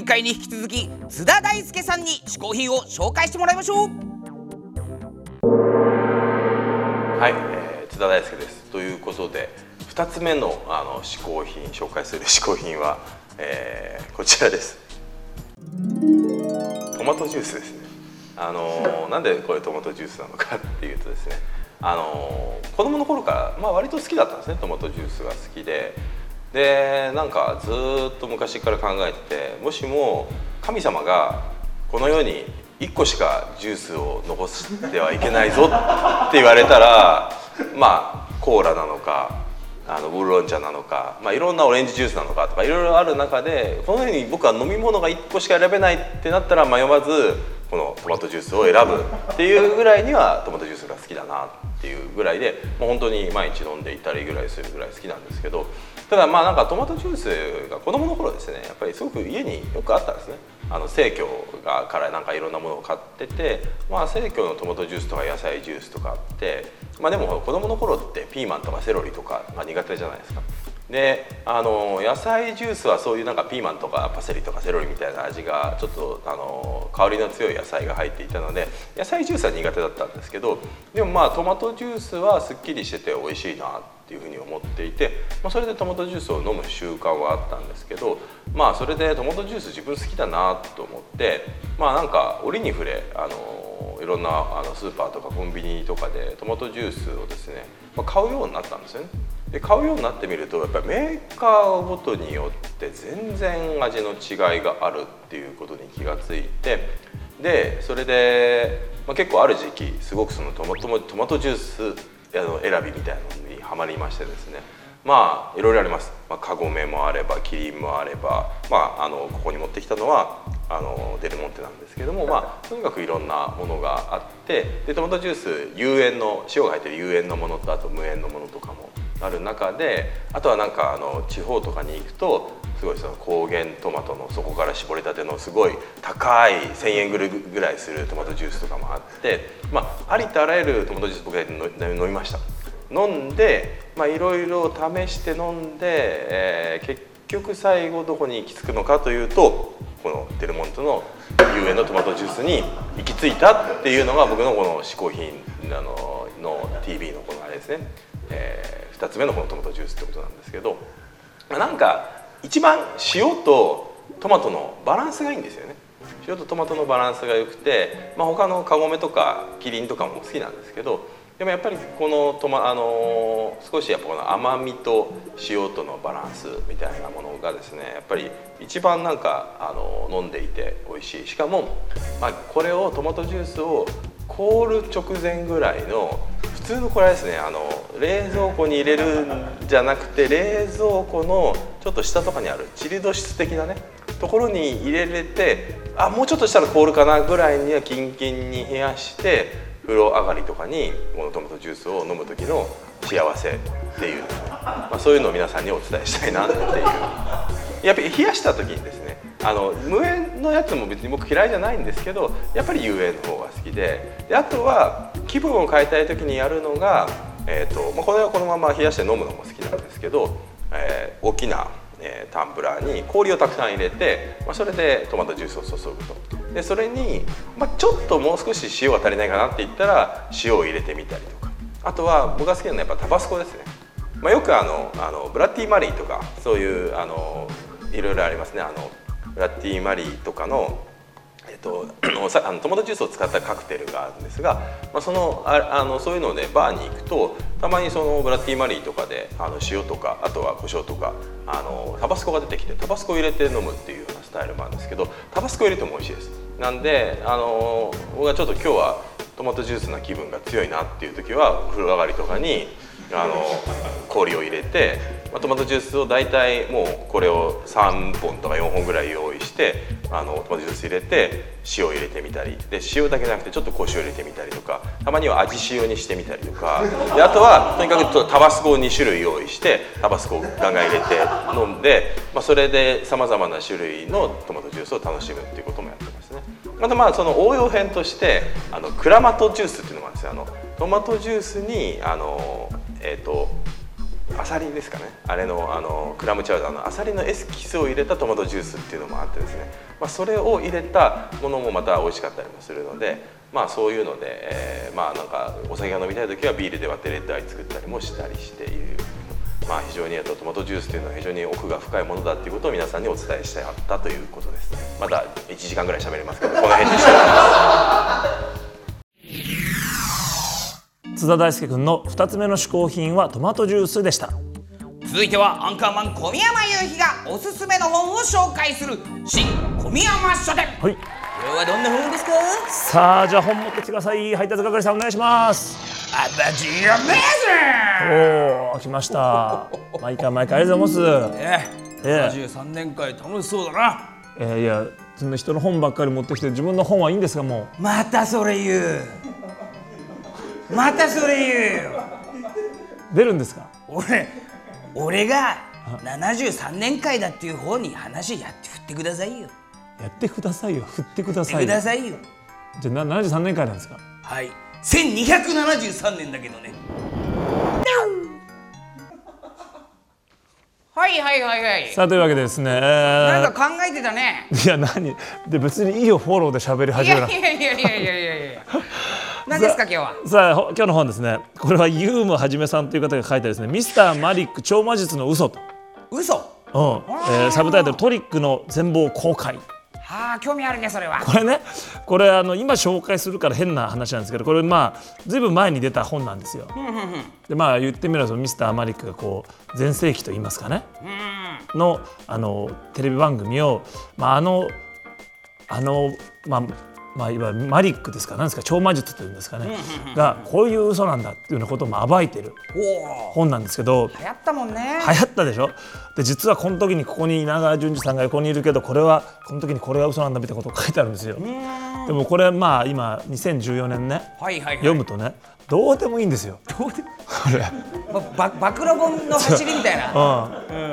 回に引き続き津田大介さんに嗜好品を紹介してもらいましょう。 はい、津田大介です。ということで2つ目の嗜好品紹介する嗜好品は、こちらです。トマトジュースですね。なんでこれトマトジュースなのかっていうとですね、子供の頃から、割と好きだったんですね。トマトジュースが好きでなんかずっと昔から考えてて、もしも神様がこの世に1個しかジュースを残してはいけないぞって言われたらコーラなのかウーロン茶なのか、いろんなオレンジジュースなのかとかいろいろある中で、このように僕は飲み物が1個しか選べないってなったら迷わずこのトマトジュースを選ぶっていうぐらいにはトマトジュースが好きだなっていうぐらいで、もう本当に毎日飲んでいたりぐらいするぐらい好きなんですけど、ただなんかトマトジュースが子供の頃ですね、やっぱりすごく家によくあったんですね。生協からなんかいろんなものを買ってて、生協のトマトジュースとか野菜ジュースとかあって、でも子供の頃ってピーマンとかセロリとか苦手じゃないですか。で野菜ジュースはそういうなんかピーマンとかパセリとかセロリみたいな味がちょっと香りの強い野菜が入っていたので、野菜ジュースは苦手だったんですけど、でもトマトジュースはすっきりしてて美味しいなっていうふうに思っていて、それでトマトジュースを飲む習慣はあったんですけど、それでトマトジュース自分好きだなと思って、なんか折に触れいろんなスーパーとかコンビニとかでトマトジュースをですね、買うようになったんですよね。で買うようになってみると、やっぱりメーカーごとによって全然味の違いがあるっていうことに気がついて、でそれで、結構ある時期すごくそのトマトジュース選びみたいなのにハマりましてですね、いろいろあります。カゴメもあればキリンもあれば、ここに持ってきたのはデルモンテなんですけども、とにかくいろんなものがあって、でトマトジュース有塩の塩が入ってる有塩のものとあと無塩のものとかもある中で、あとはなんか地方とかに行くとすごいその高原トマトのそこから絞りたてのすごい高い1000円ぐらいするトマトジュースとかもあって、ありとあらゆるトマトジュース僕は飲みました。飲んでいろいろ試して飲んで、結局最後どこに行き着くのかというと、このデルモンテの有塩のトマトジュースに行き着いたっていうのが僕のこの嗜好品の TV のこのあれですね、2つ目のこのトマトジュースってことなんですけど、なんか一番塩とトマトのバランスがいいんですよね。塩とトマトのバランスが良くて、他のカゴメとかキリンとかも好きなんですけど、でもやっぱりこの少しやっぱこの甘みと塩とのバランスみたいなものがですね、やっぱり一番なんか飲んでいて美味しい。しかも、これをトマトジュースを凍る直前ぐらいの普通のこれはですね、冷蔵庫に入れるんじゃなくて、冷蔵庫のちょっと下とかにあるチルド室的なねところに入れれて、もうちょっとしたら凍るかなぐらいにはキンキンに冷やして、風呂上がりとかにこのトマトジュースを飲む時の幸せっていうですね、そういうのを皆さんにお伝えしたいなっていう。やっぱり冷やした時にですね、無塩のやつも別に僕嫌いじゃないんですけど、やっぱり有塩の方が好きで、あとは気分を変えたい時にやるのが、これはこのまま冷やして飲むのも好きなんですけど、大きなタンブラーに氷をたくさん入れて、それでトマトジュースを注ぐと。でそれに、ちょっともう少し塩が足りないかなって言ったら塩を入れてみたりとか、あとは僕が好きなのはやっぱタバスコですね。よくブラッディマリーとかそういういろいろありますね。ブラッディマリーとかのトマトジュースを使ったカクテルがあるんですが、そういうのでバーに行くとたまにそのブラッディマリーとかで塩とかあとは胡椒とかタバスコが出てきて、タバスコを入れて飲むっていうようなスタイルもあるんですけど、タバスコ入れても美味しいです。なんで僕はちょっと今日はトマトジュースな気分が強いなっていう時は風呂上がりとかに氷を入れて、トマトジュースを大体もうこれを3本とか4本ぐらい用意して、トマトジュース入れて塩を入れてみたりで、塩だけじゃなくてちょっと胡椒を入れてみたりとか、たまには味塩にしてみたりとかで、あとはとにかくタバスコを2種類用意してタバスコをガンガン入れて飲んで、それでさまざまな種類のトマトジュースを楽しむっていうこともやってますね。またその応用編としてクラマトジュースっていうのがあるんですよ。トマトジュースにアサリですかね、あれのクラムチャウダーのアサリのエキスを入れたトマトジュースっていうのもあってですね、それを入れたものもまた美味しかったりもするので、そういうので、なんかお酒が飲みたい時はビールで割ってレッドアイ作ったりもしたりしている。非常にトマトジュースというのは非常に奥が深いものだということを皆さんにお伝えしたかったということです。まだ1時間ぐらい喋れますけど、この辺にしておきます。 津田大輔君の2つ目の嗜好品はトマトジュースでした。 続いてはアンカーマン小宮山雄飛がおすすめの本を紹介する新小宮山書店。 はい、 今日はどんな本ですか？ さあ、じゃあ本持ってきてください。配達係さんお願いします。 アバジアメおー、来ました。毎回ありがとうございます。 73年会楽しそうだな。 いや、そんな人の本ばっかり持ってきて自分の本はいいんですが、もうまたそれ言うよ。 出るんですか？ 俺が73年会だっていう方に話やって振ってくださいよ。 やってくださいよ、振ってくださいよ。 くださいよ。 じゃあ73年間なんですか？ はい、1273年だけどね。はい。 さあ、というわけでですね、 なんか考えてたね。 いや、何で別にいいよ、フォローで喋り始めな。 いや。何ですか今日は？ さあ、今日の本ですね、これはユームはじめさんという方が書いたですね、ミスターマリック超魔術の嘘と、サブタイトルトリックの全貌公開。 興味あるね、それは。 これ今紹介するから変な話なんですけど、これずいぶん前に出た本なんですよ。で言ってみればミスターマリックが全盛期といいますかね、のテレビ番組をいわゆるマリックですか、なんですか、超魔術というんですかね、がこういう嘘なんだっていうようなことを暴いてる本なんですけど、 流行ったもんね。 流行ったでしょ。で、実はこの時にここに稲川淳二さんが横にいるけど、この時にこれは嘘なんだみたいなことを書いてあるんですよ。でもこれ今2014年ね、読むとね、どうでもいいんですよ。 どうでも暴露本の走りみたいな。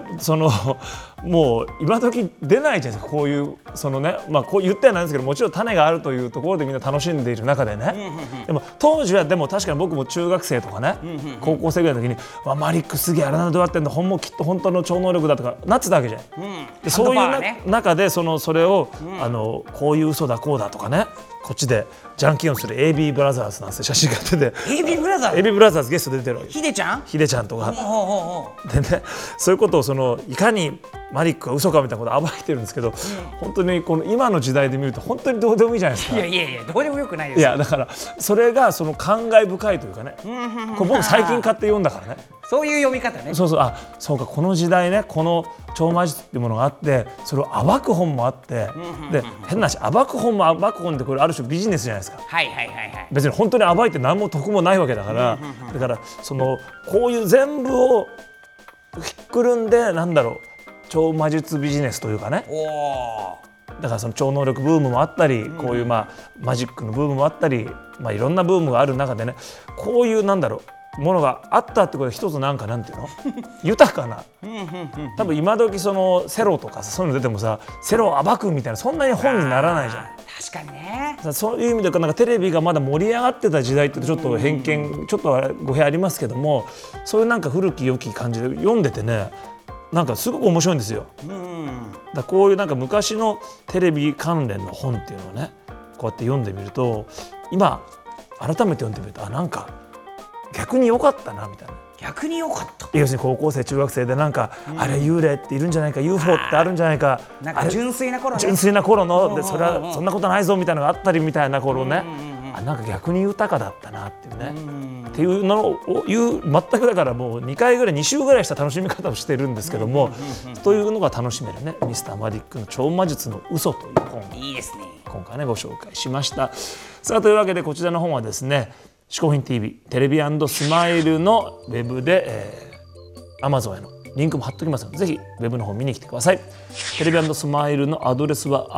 もう今時出ないじゃないですか、こういうこう言ってはないんですけど、もちろん種があるというところでみんな楽しんでいる中でね、でも当時は確かに僕も中学生とかね、高校生ぐらいの時にマリックすげえ、あれなんでどうやってんの、本もきっと本当の超能力だとかなってたわけじゃん。でそういう中でそれをこういう嘘だこうだとかね、こっちでじゃんけんをする AB ブラザーズなんですよ、写真が出てて。 AB ブラザーズ AB ブラザーズゲスト出てるわけ。 ヒデちゃんとかでね、そういうことをいかにマリックが嘘かみたいなことを暴いてるんですけど、本当にこの今の時代で見ると本当にどうでもいいじゃないですか。 いやどうでもよくないです。 いや、だからそれが感慨深いというかね、これ僕最近買って読んだからね。 そういう読み方ね。 そうか、この時代ね、この超魔術っていうものがあって、それを暴く本もあって、で変な話、暴く本でこれある種ビジネスじゃないですか。別に本当に暴いて何も得もないわけだから、だからこういう全部をひっくるんで、超魔術ビジネスというかね。だから超能力ブームもあったり、こういうマジックのブームもあったり、いろんなブームがある中でね、こういうものがあったってことで一つなんていうの豊かな、多分今時セロとかそういうの出てもさ、セロを暴くみたいなそんなに本にならないじゃん。 確かにね。 そういう意味でテレビがまだ盛り上がってた時代ってちょっと偏見、ちょっと語弊ありますけども、そういう古き良き感じで読んでてね、すごく面白いんですよ。だこういう昔のテレビ関連の本っていうのをね、こうやって読んでみると、今改めて読んでみると、逆に良かったなみたいな。 逆に良かった。 要するに高校生中学生であれ幽霊っているんじゃないか、 UFO ってあるんじゃないか、 純粋な頃ね、 純粋な頃ので、それはそんなことないぞみたいなのがあったりみたいな頃ね、逆に豊かだったなっていうね、っていうのを全くだからもう2週ぐらいした楽しみ方をしてるんですけども、というのが楽しめるね、ミスターマリックの超魔術の嘘という本、 いいですね。 今回ねご紹介しました。さあ、というわけでこちらの本はですね、嗜好品 TV テレビ&スマイルのウェブで、Amazon へのリンクも貼っておきますので、ぜひウェブの方見に来てください。テレビ&スマイルのアドレスは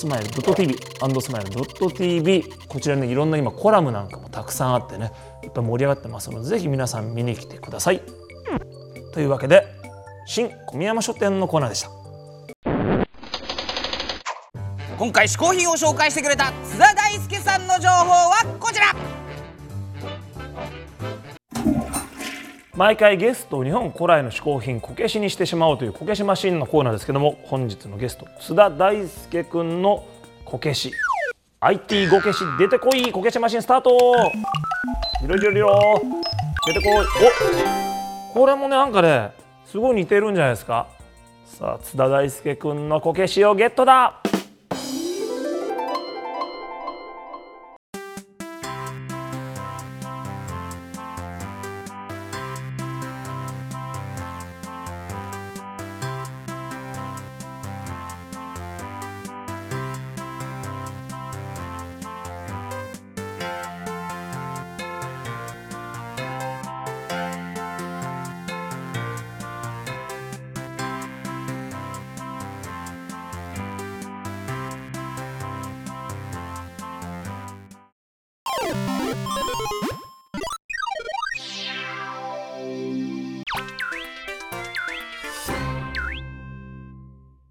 andsmile.tv、こちらにいろんな今コラムなんかもたくさんあってね、いっぱい盛り上がってますので、ぜひ皆さん見に来てください。というわけで、新小宮山書店のコーナーでした。 今回嗜好品を紹介してくれた津田大輔さんの情報はこちら。 毎回ゲストを日本古来の嗜好品こけしにしてしまおうというこけしマシンのコーナーですけども、本日のゲスト津田大介くんのこけし IT ごけし出てこい、こけしマシンスタート。リロリロリロ出てこい。お、これもねなんかねすごい似てるんじゃないですか。さあ津田大介くんのこけしをゲットだ。